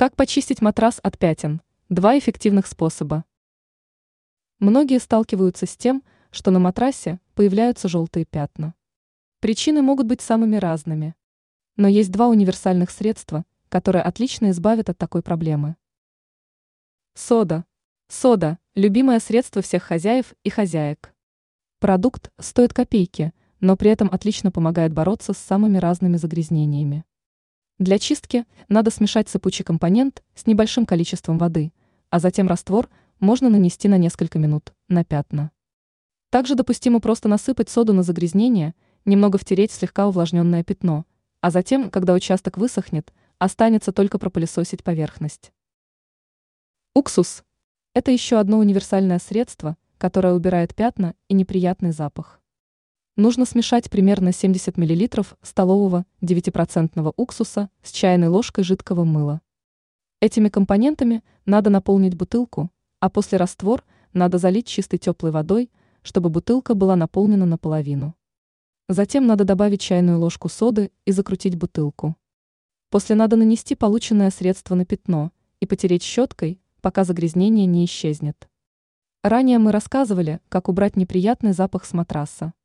Как почистить матрас от пятен? Два эффективных способа. Многие сталкиваются с тем, что на матрасе появляются желтые пятна. Причины могут быть самыми разными. Но есть два универсальных средства, которые отлично избавят от такой проблемы. Сода. Сода – любимое средство всех хозяев и хозяек. Продукт стоит копейки, но при этом отлично помогает бороться с самыми разными загрязнениями. Для чистки надо смешать сыпучий компонент с небольшим количеством воды, а затем раствор можно нанести на несколько минут на пятна. Также допустимо просто насыпать соду на загрязнение, немного втереть в слегка увлажненное пятно, а затем, когда участок высохнет, останется только пропылесосить поверхность. Уксус – это еще одно универсальное средство, которое убирает пятна и неприятный запах. Нужно смешать примерно 70 мл столового 9% уксуса с чайной ложкой жидкого мыла. Этими компонентами надо наполнить бутылку, а после раствор надо залить чистой теплой водой, чтобы бутылка была наполнена наполовину. Затем надо добавить чайную ложку соды и закрутить бутылку. После надо нанести полученное средство на пятно и потереть щеткой, пока загрязнение не исчезнет. Ранее мы рассказывали, как убрать неприятный запах с матраса.